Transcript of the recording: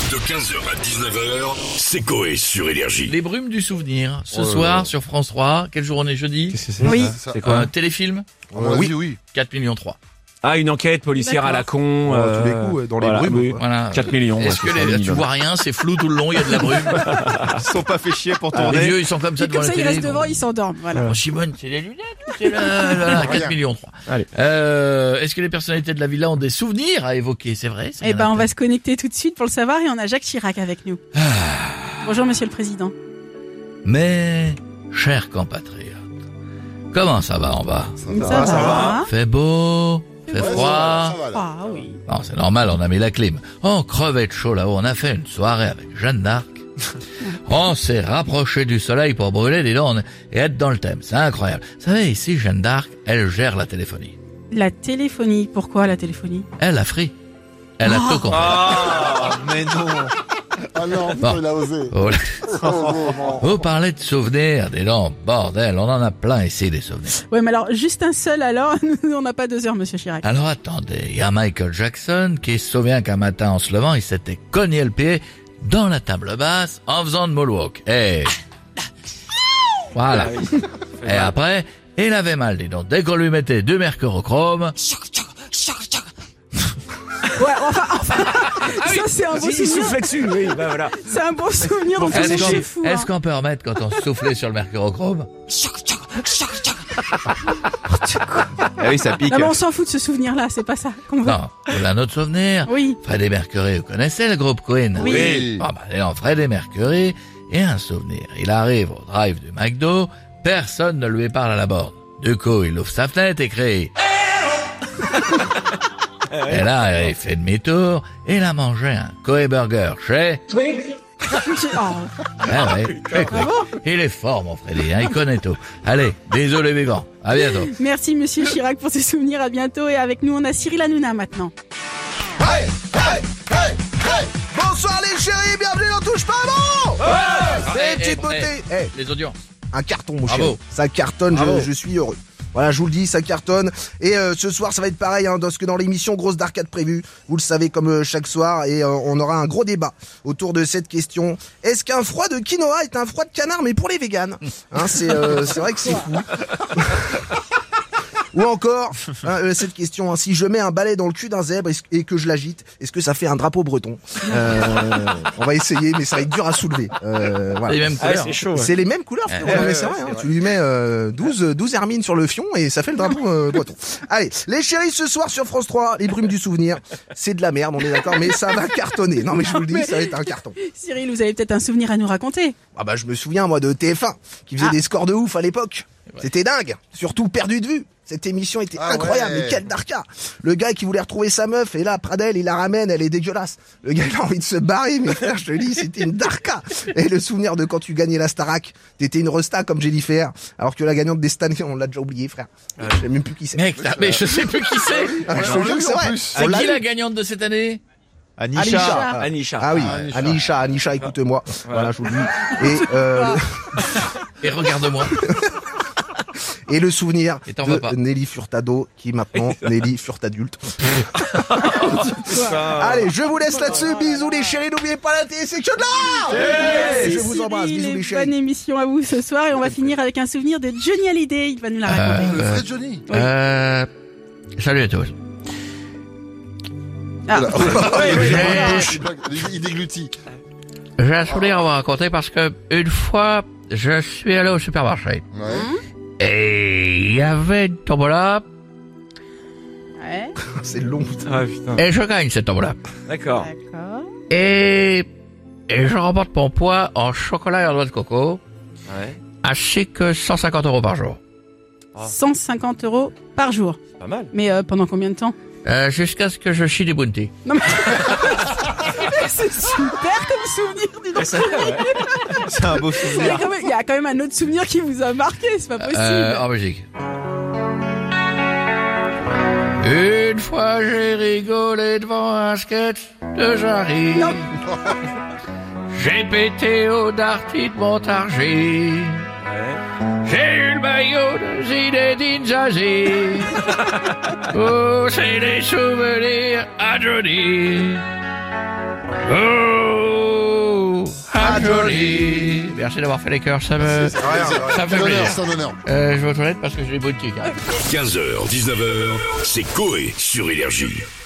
De 15h à 19h, c'est Coé sur Énergie. Les brumes du souvenir. Ce soir sur France 3. Quel jour on est jeudi? Qu'est-ce que c'est Oui. ça C'est quoi Un téléfilm. Oui. 4 millions 3. Ah, une enquête policière à la con. Tous les coups, dans les brumes, oui. quoi. Voilà. 4 millions. Est-ce ouais, que c'est ça, tu minimum. vois rien? C'est flou tout le long. Il y a de la brume. Ils se sont pas fait chier pour Les tourner. vieux, ils sont comme ça Et devant comme la ça, ils télé. restent devant, ils s'endorment. Voilà. Oh, Simone, c'est les lunettes. C'est là, 4 millions 3. Allez. Est-ce que les personnalités de la villa ont des souvenirs à évoquer? C'est vrai. Eh ben, on va se connecter tout de suite pour le savoir et on a Jacques Chirac avec nous. Bonjour, monsieur le président. Mais, chers compatriotes, comment ça va en bas? Ça va. Fait beau? Fait froid? Ah oui. Non, c'est normal, on a mis la clim. On crevait de chaud là-haut, on a fait une soirée avec Jeanne d'Arc. On s'est rapproché du soleil pour brûler des dents et être dans le thème. C'est incroyable. Vous savez, ici, Jeanne d'Arc, elle gère la téléphonie. La téléphonie. Pourquoi la téléphonie? Elle a free. Elle a tout compris. Ah, mais non. Ah non, Bon. il a osé. Oh, Oh, vous parlez de souvenirs, dis donc, bordel, on en a plein ici des souvenirs. Ouais, mais alors, juste un seul alors, nous, on n'a pas 2 heures, monsieur Chirac. Alors attendez, il y a Michael Jackson qui se souvient qu'un matin en se levant, il s'était cogné le pied dans la table basse en faisant de moonwalk. Et voilà. Et après, il avait mal, dis donc. Dès qu'on lui mettait du mercurochrome, Ouais, enfin, ça c'est un beau Il souvenir. soufflait dessus, oui, bah voilà. C'est un bon souvenir, donc est-ce c'est fou. est-ce qu'on peut remettre quand on soufflait sur le mercurochrome? Ah oui, ça pique. Non, mais on s'en fout de ce souvenir-là, c'est pas ça qu'on veut. Non, vous avez un autre souvenir? Oui. Freddie Mercury, vous connaissez le groupe Queen? Oui. Bon, bah, alors, Freddie Mercury, et un souvenir. Il arrive au drive du McDo, personne ne lui parle à la borne. Du coup, il ouvre sa fenêtre et crie. Et là, il fait demi-tour, et il a mangé un Coe Burger chez... Oh. Ah ouais, chez Quick. Il est fort, mon Freddy, hein, il connaît tout. Allez, désolé les vivants, à bientôt. Merci monsieur Chirac pour ces souvenirs, à bientôt. Et avec nous, on a Cyril Hanouna maintenant. Hey, hey, hey, hey. Bonsoir les chéris, bienvenue dans Touche pas bon. C'est une petite beauté. Hey, Les audiences. un carton, mon Bravo. chéri. Ça cartonne, Bravo. je suis heureux. Voilà, je vous le dis, ça cartonne. Et ce soir, ça va être pareil, hein, parce que dans l'émission Grosse d'Arcade prévue, vous le savez comme chaque soir, et on aura un gros débat autour de cette question. Est-ce qu'un froid de quinoa est un froid de canard, mais pour les véganes? Hein, c'est vrai que c'est fou. Ou encore, cette question, hein, si je mets un balai dans le cul d'un zèbre et que je l'agite, est-ce que ça fait un drapeau breton? On va essayer, mais ça va être dur à soulever. Voilà. Les mêmes couleurs. c'est chaud. C'est les mêmes couleurs, frérot. Non, mais c'est vrai, hein. Tu lui mets 12 hermines sur le fion et ça fait le drapeau breton. Allez, les chéris, ce soir sur France 3, les brumes du souvenir, c'est de la merde, on est d'accord, mais ça va cartonner. Non mais je vous le dis, ça va être un carton. Cyril, vous avez peut-être un souvenir à nous raconter. Ah bah je me souviens moi de TF1 qui faisait des scores de ouf à l'époque. C'était dingue, surtout perdu de vue. Cette émission était incroyable, ouais. mais quel darka. Le gars qui voulait retrouver sa meuf, et là, Pradel, il la ramène, elle est dégueulasse. Le gars, il a envie de se barrer, mais frère, je te le dis, c'était une darka. Et le souvenir de quand tu gagnais la Starac, t'étais une resta comme Jennifer, alors que la gagnante des Stanley, on l'a déjà oublié, frère. Je sais même plus qui c'est. Mec, mais je sais plus qui c'est. Ah, je te jure que c'est vrai. C'est On l'a qui eu. la gagnante de cette année? Anisha. Anisha. Ah oui, Anisha, écoute-moi. Voilà, je vous le dis. Et regarde-moi. Et le souvenir Et t'en vas de pas. Nelly Furtado, qui est maintenant Nelly Furtadulte. Allez, je vous laisse là-dessus. Bisous les chéris, n'oubliez pas la télé, c'est que de là. Merci, Je vous embrasse, Cyril, bisous et les chéris. bonne émission à vous ce soir et on va finir avec un souvenir de Johnny Hallyday. Il va nous la raconter. Le vrai Johnny. Salut à tous. Ah. Il déglutit. J'ai un souvenir à vous raconter parce que une fois, je suis allé au supermarché. Ouais. Et il y avait une tombola Ouais, C'est long. Ah putain. et je gagne cette tombola. D'accord. d'accord. Et je remporte mon poids en chocolat et en noix de coco, Ouais. ainsi que 150 € par jour. 150 € par jour. Pas mal. Mais pendant combien de temps? Jusqu'à ce que je chie des bounty. Non mais... C'est super comme souvenir, dis donc. C'est un beau souvenir. Il y a quand même un autre souvenir qui vous a marqué, c'est pas possible. En musique. Une fois j'ai rigolé devant un sketch de Jarry. Non. J'ai pété au darty de Montargis. J'ai eu le maillot de Zinedine Zazie. Oh, c'est des souvenirs à Johnny. Oh, Jolie. Merci d'avoir fait les cœurs, ça me fait C'est un plaisir. honneur, c'est un honneur. Je vais aux toilettes parce que j'ai les boutiques. 15h, 19h, c'est Coé sur Énergie.